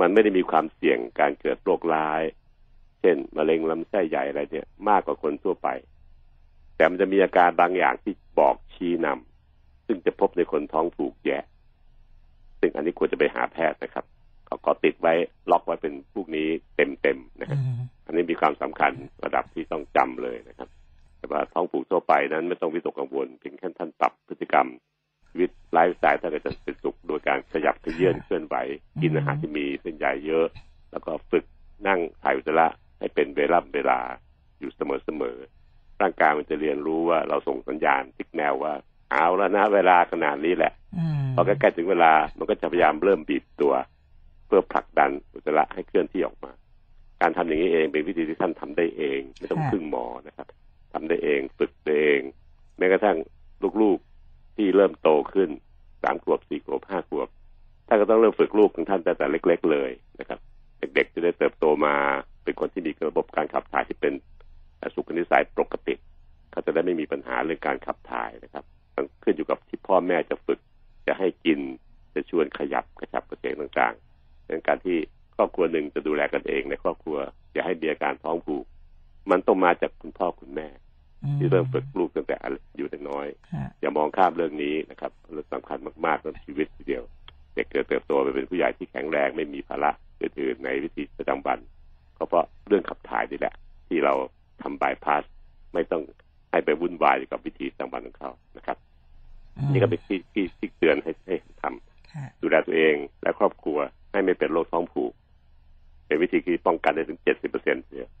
มันไม่ได้มีความเสี่ยงการเกิดโรคร้ายเช่นมะเร็งลำไส้ใหญ่อะไรเนี่ยมากกว่าคนทั่วไปแต่มันจะมีอาการบางอย่างที่บอกชี้นำซึ่งจะพบในคนท้องผูกแย่ซึ่งอันนี้ควรจะไปหาแพทย์นะครับเขาขอติดไว้ล็อกไว้เป็นพวกนี้เต็มๆนะครับอันนี้มีความสำคัญระดับที่ต้องจำเลยนะครับแต่ว่าท้องผูกทั่วไปนั้นไม่ต้องวิตกกังวลเพียงแค่ท่านปรับพฤติกรรมชีวิตไลฟ์สไตล์ท่านก็จะเป็นสุขโดยการขยับเขยื้อนเคลื่อนไหวกินอาหารที่มีเส้นใยเยอะแล้วก็ฝึกนั่งถ่ายอุจจาระให้เป็นเวลาเวลาอยู่เสมอๆร่างกายมันจะเรียนรู้ว่าเราส่งสัญญาณติ๊กแนวว่าเอาแล้วนะเวลาขนาดนี้แหละพอใกล้ๆถึงเวลามันก็จะพยายามเริ่มบีบตัวเพื่อผลักดันอุจจาระให้เคลื่อนที่ออกมาการทำอย่างนี้เองเป็นวิธีที่ท่านทำได้เองไม่ต้องพึ่งหมอนะครับทำได้เองฝึกได้เองแม้กระทั่งลูกๆที่เริ่มโตขึ้นสามขวบสี่ขวบห้าขวบท่านก็ต้องเริ่มฝึกลูกของท่านตั้งแต่เล็กๆเลยนะครับเด็กๆจะได้เติบโตมาเป็นคนที่มีระบบการขับถ่ายที่เป็นสุขนิสัยปกติเขาจะได้ไม่มีปัญหาเรื่องการขับถ่ายนะครับขึ้นอยู่กับที่พ่อแม่จะฝึกจะให้กินจะชวนขยับกระชับกระเฉงต่างๆในการที่ครอบครัวหนึ่งจะดูแลกันเองในครอบครัวอย่าให้มีอาการท้องผูกมันต้องมาจากคุณพ่อคุณแม่ที่เริ่มฝึกลูกตั้งแต่อยู่แต่น้อยอย่ามองข้ามเรื่องนี้นะครับเรื่องสำคัญมากๆในชีวิตทีเดียวเด็กเกิดเติบโตไปเป็นผู้ใหญ่ที่แข็งแรงไม่มีภาระอื่นๆในวิถีประจำวันก็เพราะเรื่องขับถ่ายนี่แหละที่เราทำบายพาสไม่ต้องให้ไปวุ่นวายกับวิถีประจำวันของเขานะครับนี่ก็เป็นที่ที่ที่เตือนให้ให้ทำดูแลตัวเองและครอบครัวให้ไม่เป็นโรคท้องผูกเป็นวิธีที่ป้องกันได้ถึง เจ็ดสิบเปอร์เซ็นต์ เนี่ย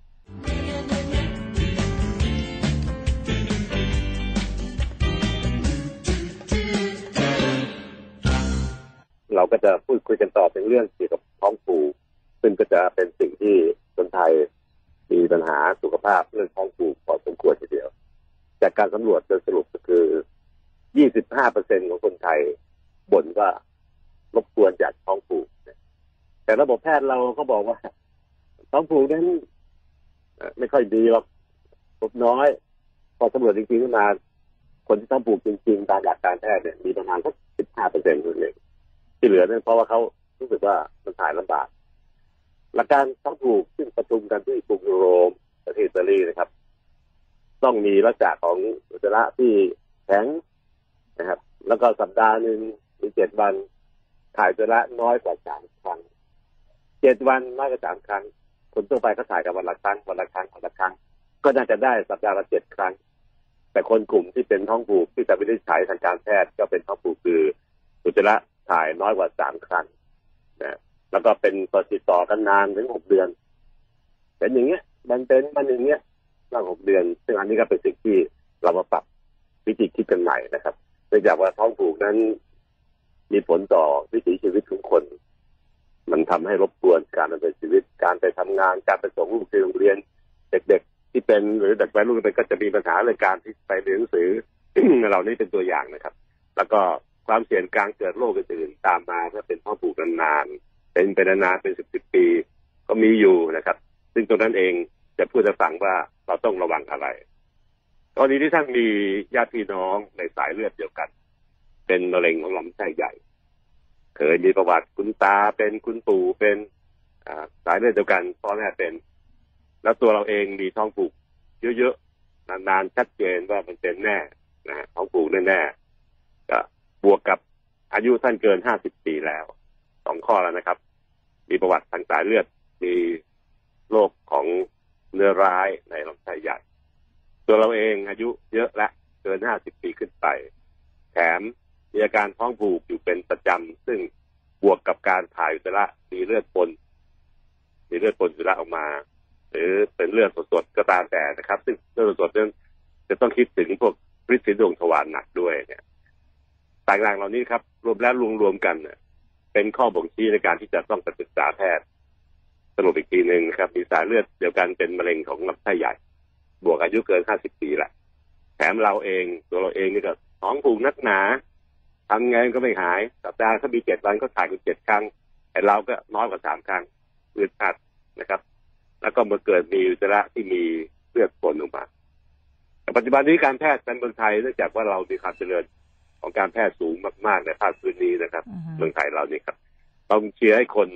เราก็จะพูดคุยกันต่อเป็นเรื่องเกี่ยวกับท้องผูกซึ่งก็จะเป็นสิ่งที่คนไทยมีปัญหาสุขภาพเรื่องท้องผูกพอสมควรทีเดียวจากการสำรวจโดยสรุปก็คือ ยี่สิบห้าเปอร์เซ็นต์ ของคนไทยบ่นว่ารบกวนจากท้องผูกแต่ระบบแพทย์เราก็บอกว่าท้องผูกนั้นไม่ค่อยดีหรอกพบน้อยพอสำรวจจริงๆขึ้นมาคนที่ท้องผูกจริงๆตามหลักการแพทย์เนี่ยมีประมาณสัก สิบห้าเปอร์เซ็นต์ เองที่เหลือนั่นเพราะว่าเขารู้สึกว่ามันถ่ายลำบากหลักการท้องผูกซึ่งประชุมกันที่กรุงโรมประเทศอิตาลีนะครับต้องมีลักษณะของอุจจาระที่แข็งนะครับแล้วก็สัปดาห์หนึ่งหรือเจ็ดวันถ่ายอุจจาระน้อยกว่าสามครั้งเจ็ดวันน้อยกว่าสามครั้งคนทั่วไปเขาถ่ายกันวันละครั้งวันละครั้งวันละครั้งก็น่าจะได้สัปดาห์ละเจ็ดครั้งแต่คนกลุ่มที่เป็นท้องผูกที่จะวินิจฉัยทางการแพทย์ก็เป็นท้องผูกคืออุจจาระถ่ายน้อยกว่าสามครั้งนะแล้วก็เป็นติดต่อกันนานถึงหกเดือนเป็นอย่างเงี้ยมันเป็นมันอย่างเงี้ยตั้งหกเดือนซึ่งอันนี้ก็เป็นสิ่งที่เรามาปรับวิธีคิดกันใหม่นะครับเนื่องจากว่าท้องผูกนั้นมีผลต่อวิถีชีวิตของคนมันทำให้รบกวนการดำเนินชีวิตการไปทำงานการไปส่งลูกโรงเรียนเด็กๆที่เป็นหรือเด็กวัยรุ่นเป็นก็จะมีปัญหาเรื่องการที่ไปเรียนหนังสือ เหล่านี้เป็นตัวอย่างนะครับแล้วก็ความเสี่ยงการเกิดโรคอื่นๆตามมาถ้าเป็นท้องผูกนานๆเป็นเป็นนานเป็นสิบสิบปีก็มีอยู่นะครับซึ่งตรงนั้นเองจะพูดให้ฟังว่าเราต้องระวังอะไรกรณีที่ท่านมีญาติพี่น้องในสายเลือดเดียวกันเป็นมะเร็งของลำไส้ใหญ่เคยมีประวัติคุณตาเป็นคุณปู่เป็นสายเลือดเดียวกันพ่อแม่เป็นแล้วตัวเราเองมีท้องผูกเยอะๆนานๆชัดเจนว่ามันเป็นแน่นะท้องผูกแน่ๆก็บวกกับอายุท่านเกินห้าสิบปีแล้วสองข้อแล้วนะครับมีประวัติทางสายเลือดมีโรคของเนื้อร้ายในลำไส้ใหญ่ตัวเราเองอายุเยอะและเกินห้าสิบปีขึ้นไปแถมมีอาการท้องผูกอยู่เป็นประจำซึ่งบวกกับการถ่ายอุจจาระมีเลือดปนมีเลือดปนอุจจาระออกมาหรือเป็นเลือดสดๆก็ตามแต่นะครับซึ่งเลือดสดๆนั้นจะต้องคิดถึงพวกฤทธิ์สีดวงทวารหนักด้วยเนี่ยต่างๆเหล่านี้ครับรวมแล้วรวมๆกันเนี่ยเป็นข้อบ่งชี้ในการที่จะต้องไปปรึกษาแพทย์สรุปอีกทีหนึ่งนะครับมีสายเลือดเดียวกันเป็นมะเร็งของลำไส้ใหญ่บวกอายุเกินห้าสิบปีแหละแถมเราเองตัวเราเองนี่ก็ท้องผูกนักหนาทำไงก็ไม่หายสัปดาห์ถ้ามีเจ็ดวันก็ถ่ายกันเจ็ดครั้งแต่เราก็น้อยกว่าสามครั้งอึดอัดนะครับแล้วก็เมื่อเกิดมีอุจจาระที่มีเลือดปนออกมาแต่ปัจจุบันนี้การแพทย์ในเมืองไทยเนื่องจากว่าเรามีความเจริญของการแพทย์สูงมากๆในภาคพื้นนี้นะครับ uh-huh. เมืองไทยเรานี่ครับต้องเชียร์ให้คนเนี่ย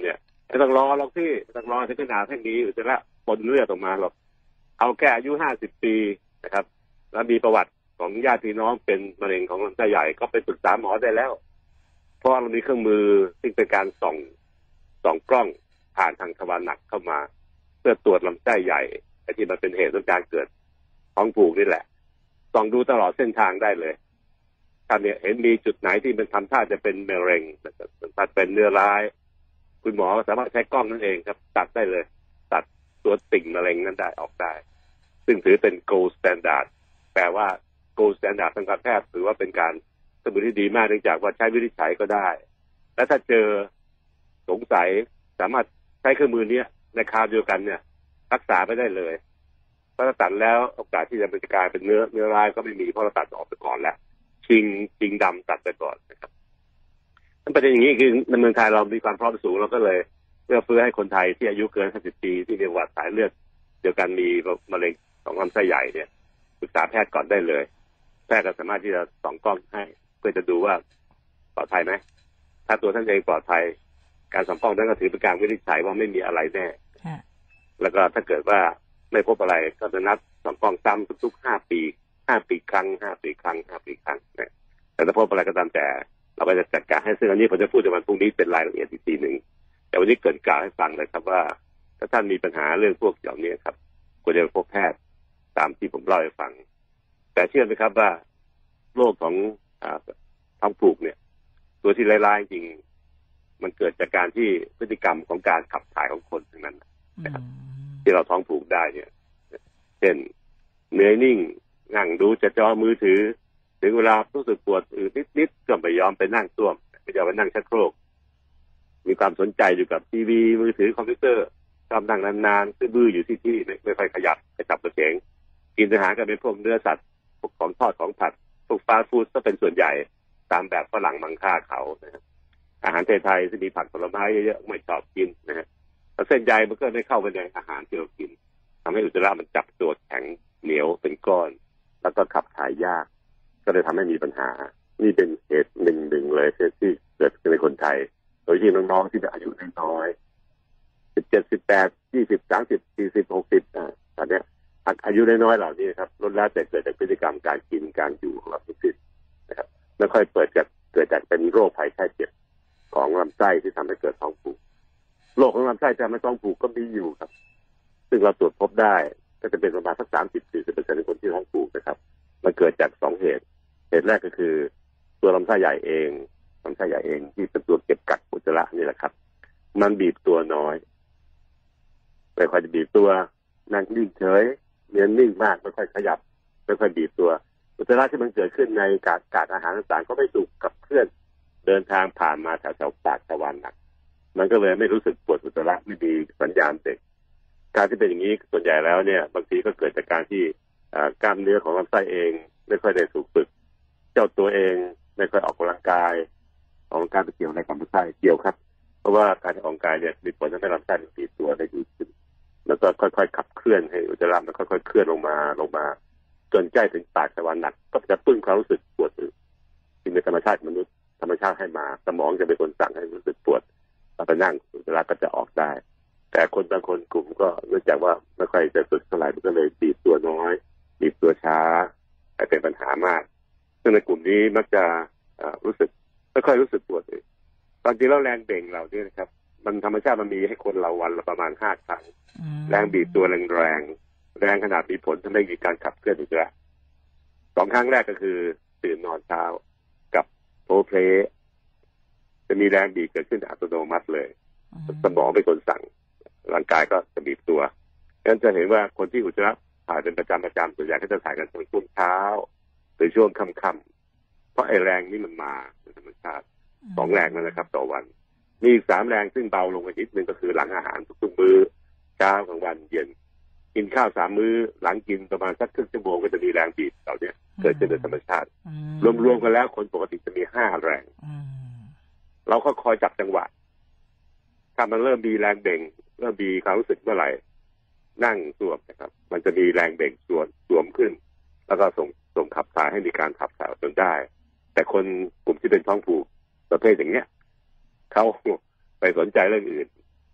ไม่ต้องรอหรอกพี่ไม่ต้องรอถึงขนาดแค่นี้อุจจาระปนเลือดออกมาหรอกเอาแค่อายุห้าสิบปีนะครับแล้วมีประวัติของญาติพี่น้องเป็นมะเร็งของลำไส้ใหญ่ก็ไปปรึกษาหมอได้แล้วเพราะเรามีเครื่องมือซึ่งเป็นการส่องส่องกล้องผ่านทางทวารหนักเข้ามาเพื่อตรวจลำไส้ใหญ่ที่มันเป็นเหตุของการเกิดท้องผูกนี่แหละส่องดูตลอดเส้นทางได้เลยถ้าเนี่ยเห็นมีจุดไหนที่มันทำท่าจะเป็นมะเร็งมันเป็นเนื้อร้ายคุณหมอสามารถใช้กล้องนั่นเองครับตัดได้เลยตัดตัวติ่งมะเร็งนั้นได้ออกได้ซึ่งถือเป็น gold standard แปลว่า gold standard ทางการแพทย์ถือว่าเป็นการสมุนที่ดีมากเนื่องจากว่าใช้วินิจฉัยก็ได้และถ้าเจอสงสัยสามารถใช้เครื่องมือนี้ในคราวเดียวกันเนี่ยรักษาไปได้เลยเพราะถ้าตัดแล้วโอกาสที่จะเป็นกลายเป็นเนื้อเนื้อร้ายก็ไม่มีเพราะเราตัดออกไปก่อนแล้วชิงชิงดำตัดไปก่อนนะครับนั่นประเด็นอย่างนี้คือในเมืองไทยเรามีความพร้อมสูงเราก็เลยเพื่อเพื่อให้คนไทยที่อายุเกินห้าสิบปีที่มีประวัติสายเลือดเดียวกันมีมะเร็งของลำไส้ใหญ่เนี่ยปรึกษาแพทย์ก่อนได้เลยแพทย์ก็สามารถที่จะส่องกล้องให้เพื่อจะดูว่าปลอดภัยไหมถ้าตัวท่านเองปลอดภัยการส่องกล้องนั้นก็ถือเป็นการวินิจฉัยว่าไม่มีอะไรแน่แล้วก็ถ้าเกิดว่าไม่พบอะไรก็จะนัดส่องกล้องซ้ำทุกๆห้าปีห้าปีครั้งห้าปีครั้งห้าปีครั้งนะแต่ถ้าพบอะไรก็ตามแต่เราก็จะจัดการให้ซึ่งอันนี้ผมจะพูดในวันพรุ่งนี้เป็นรายละเอียดอีกทีหนึ่งแต่วันนี้เกริ่นกล่าวให้ฟังเลยครับว่าถ้าท่านมีปัญหาเรื่องพวกอย่างนี้ครับควรจะพบแพทย์ตามที่ผมเล่าให้ฟังแต่เชื่อไหมครับว่าโรคของท้องผูกเนี่ยตัวที่ร้ายๆจริงมันเกิดจากการที่พฤติกรรมของการขับถ่ายของคนทั้งนั้นนะครับที่เราท้องผูกได้เนี่ยเช่นเหนื่อยนิ่งนั่งดูจะจอมือถือถึงเวลารู้สึกปวดอืดนิดๆก็ไม่ยอมไปนั่งส้วมไม่ยอมไปนั่งชักโครกมีความสนใจอยู่กับทีวีมือถือคอมพิวเตอร์ชอบนั่งนานๆบื้ออยู่ที่ที่ไม่ค่อยขยับกระฉับกระเฉงกินอาหารก็เป็นพวกเนื้อสัตว์พวกของทอดของผัดพวกฟาสต์ฟู้ดก็เป็นส่วนใหญ่ตามแบบฝรั่งมังค่าเขานะครับอาหารไทยๆที่มีผักผลไม้เยอะๆไม่ชอบกินนะฮะเส้นใยมันก็ไม่เข้าไปในอาหารที่เรากินทำให้อุจจาระมันจับตัวแข็งเหนียวเป็นก้อนแล้วก็ขับถ่ายยากก็เลยทำให้มีปัญหานี่เป็นเหตุหนึ่งหนึ่งเลยที่เกิดขึ้นในคนไทยโดยที่น้องๆที่อายุน้อยสิบเจ็ดสิบแปดยี่สิบสามสิบสี่สิบหกสิบอ่าตอนนี้อายุน้อยๆเหล่านี้ครับล้วนแล้วแต่เกิดจากพฤติกรรมการกินการอยู่ของเราทั้งสิ้นนะครับไม่ค่อยเปิดจากเกิดจากเป็นโรคภัยไข้เจ็บของลำไส้ที่ทำให้เกิดท้องผูกโรคของลำไส้ที่ทำให้ท้องผูกก็มีอยู่ครับซึ่งเราตรวจพบได้ก็จะเป็นประมาณสักสามสิบสี่สิบเปอร์เซ็นต์ของคนที่ท้องผูกนะครับมันเกิดจากสองเหตุเหตุแรกก็คือตัวลำไส้ใหญ่เองลำไส้ใหญ่เองที่เป็นตัวเก็บกักอุจจาระนี่แหละครับมันบีบตัวน้อยไม่ค่อยจะบีบตัวนั่งนิ่งเฉยเนียนนิ่งมากไม่ค่อยขยับไม่ค่อยบีบตัวอุจจาระที่มันเกิดขึ้นในกากกากอาหารต่างๆก็ไม่ถูกกับเคลื่อนเดินทางผ่านมาแถวๆปากทวารหนักมันก็เลยไม่รู้สึกปวดอุจจาระไม่มีสัญญาณเด็กการที่เป็นอย่างนี้ส่วนใหญ่แล้วเนี่ยบางทีก็เกิดจากการที่กล้ามเนื้อของลำไส้เองไม่ค่อยได้ถูกฝึกเจ้าตัวเองไม่ค่อยออกกำลังกายออกกำลังกายไปเกี่ยวในลำไส้เกี่ยวครับเพราะว่าการออกกำลังกายเนี่ยมีผลทำให้ลำไส้มันตีตัวได้ดีขึ้นแล้วก็ค่อยๆขับเคลื่อนให้อุจจาระมันค่อยๆเคลื่อนลงมาลงมาจนใกล้ถึงปากทวารหนักก็จะปึ้งความรู้สึกปวดอึที่เป็นธรรมชาติมนุษย์ธรรมชาติให้มาสมองจะเป็นคนสั่งให้รู้สึกปวดพอไปนั่งอุจจาระก็จะออกได้แต่คนบางคนกลุ่มก็เนื่องจากว่าไม่ค่อยจะฝึกเท่าไหร่มันก็เลยบีบตัวน้อยบีบตัวช้าเป็นปัญหามากซึ่งในกลุ่มนี้มักจะรู้สึกไม่ค่อยรู้สึกปวดเลยตอนจริงแล้วแรงเบ่งเราเนี่ยนะครับมันธรรมชาติมันมีให้คนเราวันละประมาณห้าครั้งแรงบีบตัวแรงแรงแรงขนาดมีผลทำให้มีการขับเคลื่อนอุจจาระสองครั้งแรกก็คือตื่นนอนเช้ากับโพเพลจะมีแรงบีบเกิดขึ้นอัตโนมัติเลยสมองเป็นคนสั่งร่างกายก็จะบีบตัวงั้นจะเห็นว่าคนที่อุจจาระถ่ายเป็นประจำประจำส่วนใหญ่ก็จะถ่ายกันในช่วงเช้าหรือช่วงค่ำๆเพราะไอ้แรงนี่มันมาเป็นธรรมชาติสองแรงนั่นแหละครับต่อวันมีอีกสามแรงซึ่งเบาลงไปนิดนึงก็คือหลังอาหารทุกๆมื้อเช้ากลางวันเย็นกินข้าวสามมื้อหลังกินประมาณสักครึ่งชั่วโมงก็จะมีแรงบีบเหล่านี้เกิดขึ้นโดยธรรมชาติรวมๆกันแล้วคนปกติจะมีห้าแรงเราก็คอยจับจังหวะถ้ามันเริ่มมีแรงเบ่งเริ่มมีความรู้สึกเมื่อไหร่นั่งสวมนะครับมันจะมีแรงเบ่งสวมสวมขึ้นแล้วก็ส่งส่งขับถ่ายให้มีการขับถ่ายจนได้แต่คนกลุ่มที่เป็นท้องผูกประเภทอย่างเนี้ยเขาไปสนใจเรื่องอื่น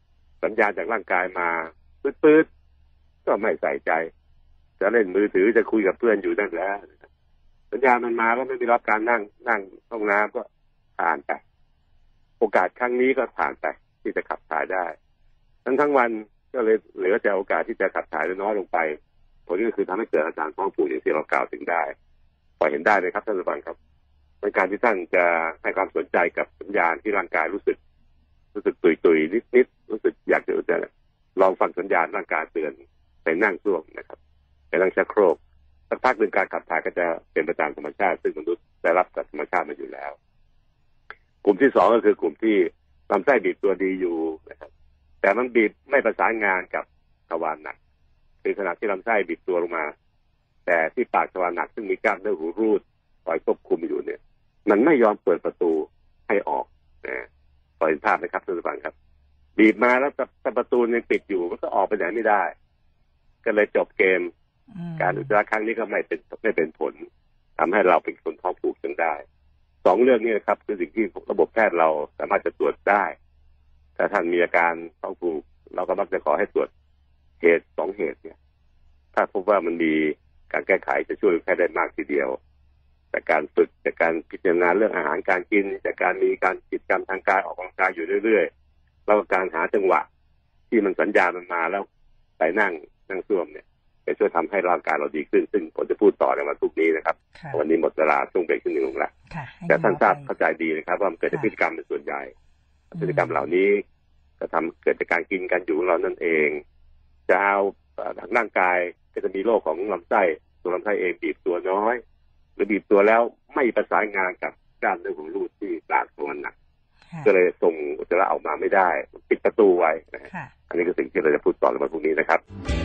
สัญญาณจากร่างกายมาปื๊ดๆก็ไม่ใส่ใจจะเล่นมือถือจะคุยกับเพื่อนอยู่นั่นแหละสัญญาณมันมาก็ไม่ได้รับการนั่งนั่งห้องน้ำก็ผ่านไปโอกาสครั้งนี้ก็ผ่านไปที่จะขับถ่ายได้ทั้งทั้งวันก็เลยเหลือแต่โอกาสที่จะขับถ่ายน้อยลงไปผลก็คือทำให้เกิดอาการท้องผูกอย่างที่เรากล่าวถึงได้พอเห็นได้เลยครับท่านผู้ฟังครับในการที่ท่านจะให้ความสนใจกับสัญญาณที่ร่างกายรู้สึกรู้สึกตุยๆนิดๆรู้สึกอยากจะจะลองฟังสัญญาณร่างกายเตือนไปนั่งซ่วมนะครับไปนั่งชักโครกสักพักหนึ่งการขับถ่ายก็จะเป็นไปตามธรรมชาติซึ่งมนุษย์ได้รับจากธรรมชาติมาอยู่แล้วกลุ่มที่สองก็คือกลุ่มที่ลำไส้บีบตัวดีอยู่นะครับแต่มันบีบไม่ประสานงานกับทวารหนักคือขณะที่ลำไส้บีบตัวลงมาแต่ที่ปากทวารหนักซึ่งมีกล้ามเนื้อหูรูดคอยควบคุมอยู่เนี่ยมันไม่ยอมเปิดประตูให้ออกนะพอเห็นภาพไหมครับท่านผู้ฟังครับบีบมาแล้วแต่ประตูยังปิดอยู่มันก็ออกไปไหนไม่ได้ก็เลยจบเกมการอุจจาระครั้งนี้ก็ไม่เป็นไม่เป็นผลทำให้เราเป็นคนท้องผูกจนได้สองเรื่องนี้นะครับคือสิ่งที่ระบบแพทย์เราสามารถจะตรวจได้ถ้าท่านมีอาการท้องผูกเราก็มักจะขอให้ตรวจเหตุสองเหตุเนี่ยถ้าพบว่ามันมีการแก้ไขจะช่วยแพทย์ได้มากทีเดียวจากการฝึกจากการพิจารณาเรื่องอาหารการกินจากการมีการกิจกรรมทางกายออกกำลังกายอยู่เรื่อยๆแล้วก็การหาจังหวะที่มันสัญญาณมันมาแล้วไปนั่งนั่งซ่วมเนี่ยจะช่วยทำให้ร่างกายเราดีขึ้นซึ่งผมจะพูดต่อในวันพรุ่งนี้นะครับวันนี้หมดเวลาช่วงเบรกที่หนึ่งแล้วแต่ท่านทราบเข้าใจดีนะครับว่ามันเกิดจากพฤติกรรมเป็นส่วนใหญ่พฤติกรรมเหล่านี้ก็ทำเกิดจากการกินการอยู่ของเรานั่นเองจะเอาทางร่างกายก็จะมีโรคของลำไส้ตัวลำไส้เองบีบตัวน้อยหรือบีบตัวแล้วไม่ประสานงานกับกล้ามเนื้อของรูดที่ปากตัวหนักก็เลยส่งอุจจาระออกมาไม่ได้ปิดประตูไว้นะอันนี้คือสิ่งที่เราจะพูดต่อในวันพรุ่งนี้นะครับ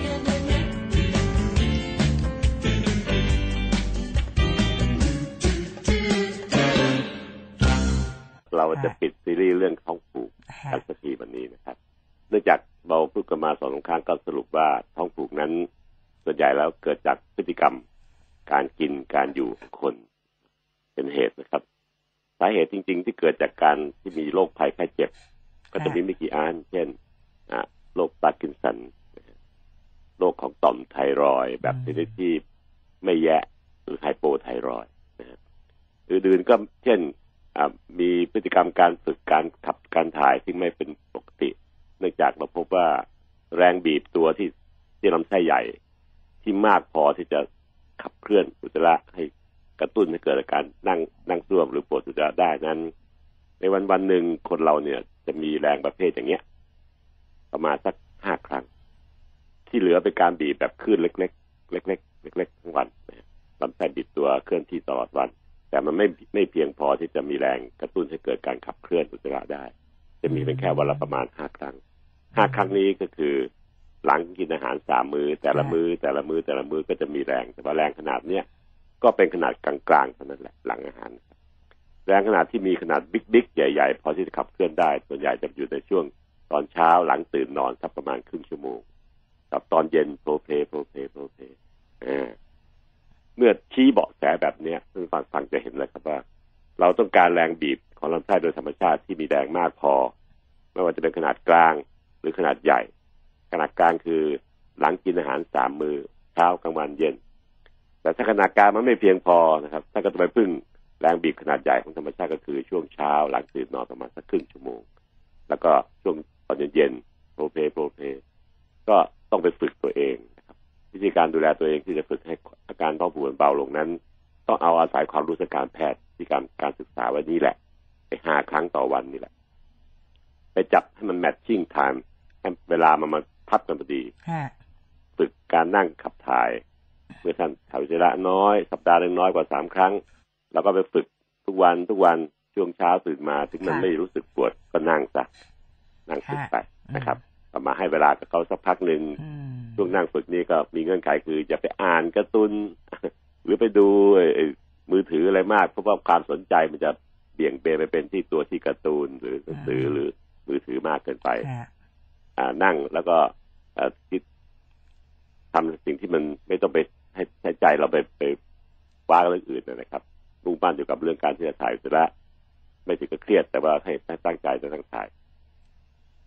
เราจะปิดซีรีส์เรื่องท้องผูกกันสักทีวันนี้นะครับเนื่องจากเราพูดกันมาสองครั้งก็สรุปว่าท้องผูกนั้นส่วนใหญ่แล้วเกิดจากพฤติกรรมการกินการอยู่ของคนเป็นเหตุนะครับสาเหตุจริงๆที่เกิดจากการที่มีโรคภัยไข้เจ็บก็จะมีไม่กี่อันเช่นโรคพาร์กินสันโรคของต่อมไทรอยด์แบบชนิดที่ไม่แย่หรือไฮโปไทรอยด์อื่นๆก็เช่นมีพฤติกรรมการฝึกการขับการถ่ายที่ไม่เป็นปกติเนื่องจากเราพบว่าแรงบีบตัวที่ที่ลำไส้ใหญ่ที่มากพอที่จะขับเคลื่อนอุจจาระให้กระตุ้นให้เกิดอาการนั่งนั่งซ่วมหรือปวดอุจจาระได้นั้นในวันวันหนึ่งคนเราเนี่ยจะมีแรงประเภทอย่างเงี้ยประมาณสักห้าครั้งที่เหลือเป็นการบีบแบบคลื่นเล็กๆเล็กๆเล็กๆทั้งวันลำไส้บีบตัวเคลื่อนที่ตลอดวันแต่มันไม่ไม่เพียงพอที่จะมีแรงกระตุ้นให้เกิดการขับเคลื่อนอุจจาระได้จะมีเป็นแค่วันละประมาณห้าครั้งห้าครั้งนี้ก็คือหลังกินอาหารสามมื้อแต่ละมื้อแต่ละมื้อแต่ละมื้อก็จะมีแรงแต่ว่าแรงขนาดเนี้ยก็เป็นขนาดกลางๆเท่านั้นแหละหลังอาหารแรงขนาดที่มีขนาดบิ๊กๆใหญ่ๆพอที่จะขับเคลื่อนได้ส่วนใหญ่จะอยู่ในช่วงตอนเช้าหลังตื่นนอนสักประมาณครึ่งชั่วโมงกับตอนเย็นโปรเพโปรเพโปรเพอ่าเมื่อชี้เบาะแสแบบนี้ท่านฟังฟังจะเห็นเลยครับว่าเราต้องการแรงบีบของลำไส้โดยธรรมชาติที่มีแรงมากพอไม่ว่าจะเป็นขนาดกลางหรือขนาดใหญ่ขนาดกลางคือหลังกินอาหารสามมื้อเช้ากลางวันเย็นแต่ถ้าขนาดกลางมันไม่เพียงพอนะครับถ้าก็จะไปพึ่งแรงบีบขนาดใหญ่ของธรรมชาติก็คือช่วงเช้าหลังตื่นนอนประมาณสักครึ่งชั่วโมงแล้วก็ช่วงตอนเย็นๆโปรเพโปรเพก็ต้องไปฝึกตัวเองวิธีการดูแลตัวเองที่จะฝึกให้อาการท้องผูกเบาลงนั้นต้องเอาอาศัยความรู้ทางการแพทย์ที่การการศึกษาวันนี้แหละไปห้าครั้งต่อวันนี่แหละไปจับให้มันแมทชิ่งไทม์ให้เวลามันมาทับกันพอดีฝึกการนั่งขับถ่ายเมื่อท่านถ่ายอุจจาระน้อยสัปดาห์ละน้อยกว่าสามครั้งแล้วก็ไปฝึกทุกวันทุกวันช่วงเช้าตื่นมาถึงมันไม่รู้สึกปวดก็นั่งซะนั่งฝึกไปนะครับก็มาให้เวลากับเขาสักพักหนึ่งช่วงนั่งฝึกนี่ก็มีเงื่อนไขคืออย่าไปอ่านการ์ตูนหรือไปดูมือถืออะไรมากเพราะว่าความสนใจมันจะเบี่ยงเบนไปเป็นที่ตัวที่การ์ตูนหรือหนังสือหรือมือถือมากเกินไปอ่านั่งแล้วก็คิดทำสิ่งที่มันไม่ต้องไปให้ใช้ใจเราไปไปว้าเรื่องอื่นนะครับมุ่งมั่นอยู่กับเรื่องการที่จะถ่ายอุจจาระไม่ถึงกับเครียดแต่ว่าให้ตั้งใจจะตั้งถ่าย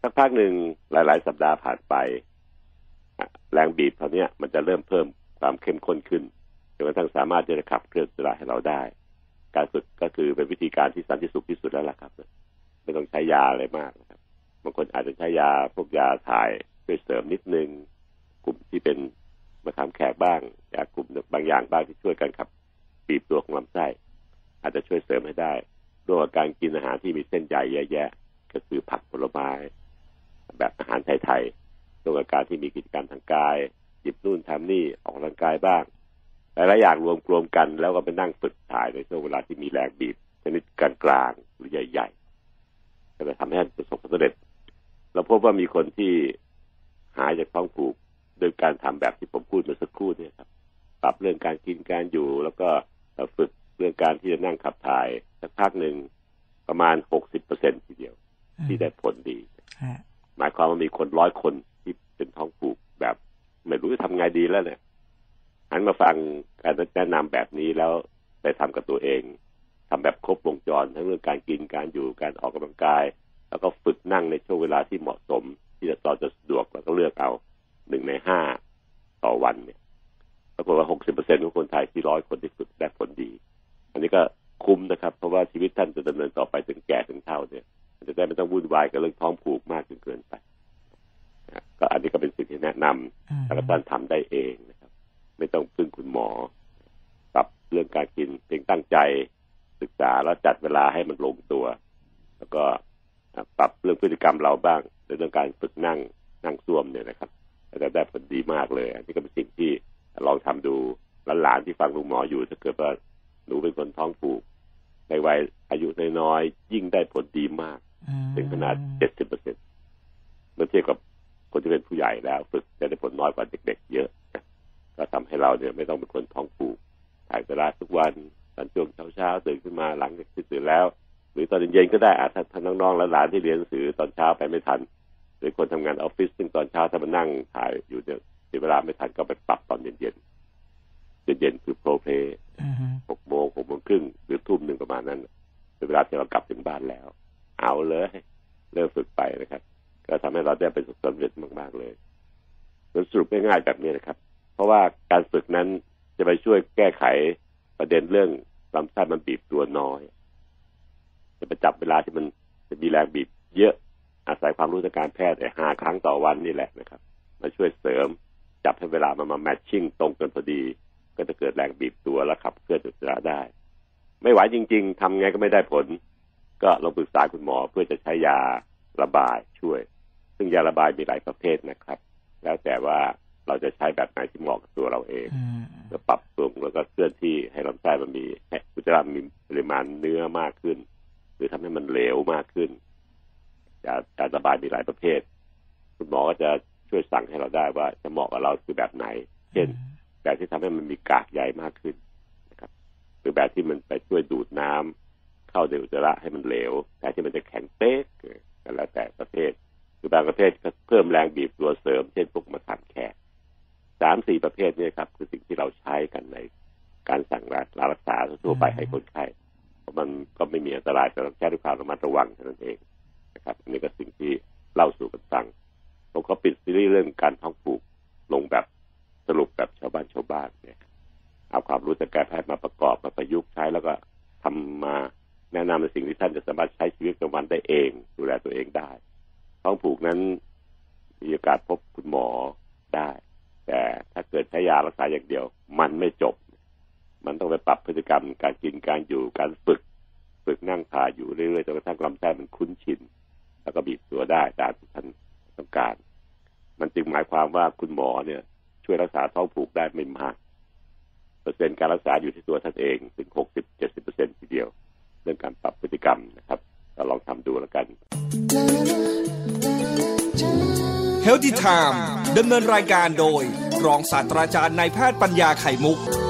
สักพักหนึ่งหลายๆสัปดาห์ผ่านไปแรงบีบเท่านี้มันจะเริ่มเพิ่มความเข้มข้นขึ้นจนกระทั่งสามารถจะขับเคลื่อนอุจจาระให้เราได้การฝึกก็คือเป็นวิธีการที่สันติสุขที่สุดแล้วล่ะครับไม่ต้องใช้ยาอะไรมากนะครับบางคนอาจจะใช้ยาพวกยาถ่ายช่วยเสริมนิดนึงกลุ่มที่เป็นมะขามแขกบ้างยากลุ่มบางอย่างบ้างที่ช่วยกันขับบีบตัวของลำไส้อาจจะช่วยเสริมให้ได้ด้วยการกินอาหารที่มีเส้นใยแย่ๆก็คือผักผลไม้แบบอาหารไทยๆด้วยการที่มีกิจกรรมทางกายหยิบนู่นทำนี่ออกกำลังกายบ้างหลายๆอย่างรวมรวมกันแล้วก็ไปนั่งฝึกถ่ายในช่วงเวลาที่มีแรงบีบชนิดกลางๆหรือใหญ่ๆก็จะทำให้ประสบความสำเร็จเราพบว่ามีคนที่หายจากท้องผูกโดยการทำแบบที่ผมพูดเมื่อสักครู่เนี่ยครับปรับเรื่องการกินการอยู่แล้วก็ฝึกเรื่องการที่จะนั่งขับถ่ายสักพักหนึ่งประมาณ หกสิบเปอร์เซ็นต์ ทีเดียวที่ได้ผลดีหมายความว่ามีคนร้อยคนที่เป็นท้องผูกแบบไม่รู้จะทำไงดีแล้วเนี่ยหันมาฟังการแนะนำแบบนี้แล้วไปทำกับตัวเองทำแบบครบวงจรทั้งเรื่องการกินการอยู่การออกกำลังกายแล้วก็ฝึกนั่งในช่วงเวลาที่เหมาะสมที่จะต่อจะสะดวกแล้วก็เลือกเอาหนึ่งในห้าต่อวันเนี่ยปรากฏว่า หกสิบเปอร์เซ็นต์ ของคนไทยที่ร้อยคนที่ฝึกได้ผลดีอันนี้ก็คุ้มนะครับเพราะว่าชีวิตท่านจะดำเนินต่อไปถึงแก่ถึงเฒ่าเนี่ยมันจะได้ไม่ต้องวุ่นวายกับเรื่องท้องผูกมากจนเกินไปก็อันนี้ก็เป็นสิ่งที่แนะนำแล้วก็ท่านทำได้เองนะครับไม่ต้องพึ่งคุณหมอปรับเรื่องการกินเพียงตั้งใจศึกษาแล้วจัดเวลาให้มันลงตัวแล้วก็ปรับเรื่องพฤติกรรมเราบ้างในเรื่องการฝึกนั่งนั่งซ่วมเนี่ยนะครับจะได้ผลดีมากเลยอันนี้ก็เป็นสิ่งที่ลองทำดูหลานๆที่ฟังลุงหมออยู่ถ้าเกิดว่าหนูเป็นคนท้องผูกในวัยอายุน้อยๆยิ่งได้ผลดีมากถึงขนาด เจ็ดสิบเปอร์เซ็นต์ เมื่อเทียบกับคนที่เป็นผู้ใหญ่แล้วฝึกจะได้ผลน้อยกว่าเด็กๆเยอะก็ทำให้เราเนี่ยไม่ต้องเป็นคนท้องผูกถ่ายเวลาทุกวันตอนช่วงเช้าๆตื่นขึ้นมาหลังจากที่ตื่นแล้วหรือตอนเย็นๆก็ได้อาจถ้าน้องๆและหลานที่เรียนหนังสือตอนเช้าไปไม่ทันหรือคนทำงานออฟฟิศซึ่งตอนเช้าถ้ามานั่งถ่ายอยู่เนี่ยเสียเวลาไม่ทันก็ไปปรับตอนเย็นๆเย็นๆคือโปรเพลย์หกโมงหกโมงครึ่งหรือทุ่มหนึ่งประมาณนั้นเป็นเวลาที่เรากลับถึงบ้านแล้วเอาเลยเริ่มฝึกไปนะครับก็ทำให้เราได้เป็นสำเร็จมากๆเลยสรุปง่ายๆแบบนี้นะครับเพราะว่าการฝึกนั้นจะไปช่วยแก้ไขประเด็นเรื่องลำไส้มันบีบตัวน้อยจะไปจับเวลาที่มันจะมีแรงบีบเยอะอาศัยความรู้ทางการแพทย์แต่ห้าครั้งต่อวันนี่แหละนะครับมาช่วยเสริมจับให้เวลามันมาแมทชิ่งตรงกันพอดีก็จะเกิดแรงบีบตัวและขับเคลื่อนอุจจาระได้ไม่ไหวจริงๆทำไงก็ไม่ได้ผลก็ลองปรึกษาคุณหมอเพื่อจะใช้ยาระบายช่วยซึ่งยาระบายมีหลายประเภทนะครับแล้วแต่ว่าเราจะใช้แบบไหนที่เหมาะกับตัวเราเองจะปรับปรุงแล้วก็เคลื่อนที่ให้ลำไส้มันมีอุจจาระมีปริมาณเนื้อมากขึ้นหรือทำให้มันเหลวมากขึ้นยาการระบายมีหลายประเภทคุณหมอก็จะช่วยสั่งให้เราได้ว่าจะเหมาะกับเราคือแบบไหนเช่นแบบที่ทำให้มันมีกากใยมากขึ้นนะครับหรือแบบที่มันไปช่วยดูดน้ำเข้าในอุจจาระให้มันเหลวแต่ที่มันจะแข็งเป๊กกันแล้วแต่ประเภทคือบางประเภทก็เพิ่มแรงบีบตัวเสริมเช่นพวกมะขามแขกสามสี่ประเภทนี้ครับคือสิ่งที่เราใช้กันในการสั่งรักษาทั่วไปให้คนไข้เพราะมันก็ไม่มีอันตรายแต่ต้องใช้ด้วยความระมัดระวังเท่านั้นเองนะครับนี่ก็สิ่งที่เล่าสู่กันฟังผมก็ปิดซีรีส์เรื่องการท้องผูกลงแบบสรุปแบบชาวบ้านชาวบ้านเนี่ยเอาความรู้จากการแพทย์มาประกอบมาประยุกต์ใช้แล้วก็ทำมาแนะนำในสิ่งที่ท่านจะสามารถใช้ชีวิตประจำวันได้เองดูแลตัวเองได้ท้องผูกนั้นมีโอกาสพบคุณหมอได้แต่ถ้าเกิดใช้ยารักษาอย่างเดียวมันไม่จบมันต้องไปปรับพฤติกรรมการกินการอยู่การฝึกฝึกนั่งถ่ายอยู่เรื่อยๆจนกระทั่งลำไส้มันคุ้นชินแล้วก็บีบตัวได้ตามที่ท่านต้องการมันจึงหมายความว่าคุณหมอเนี่ยช่วยรักษาท้องผูกได้ไม่มากเปอร์เซ็นต์การรักษาอยู่ที่ตัวท่านเองถึง หกสิบถึงเจ็ดสิบเปอร์เซ็นต์ ทีเดียวเรื่องการปรับพฤติกรรมนะครับเราลองทำดูแล้วกัน Healthy Time ดำเนินรายการโดยรองศาสตราจารย์นายแพทย์ปัญญาไข่มุก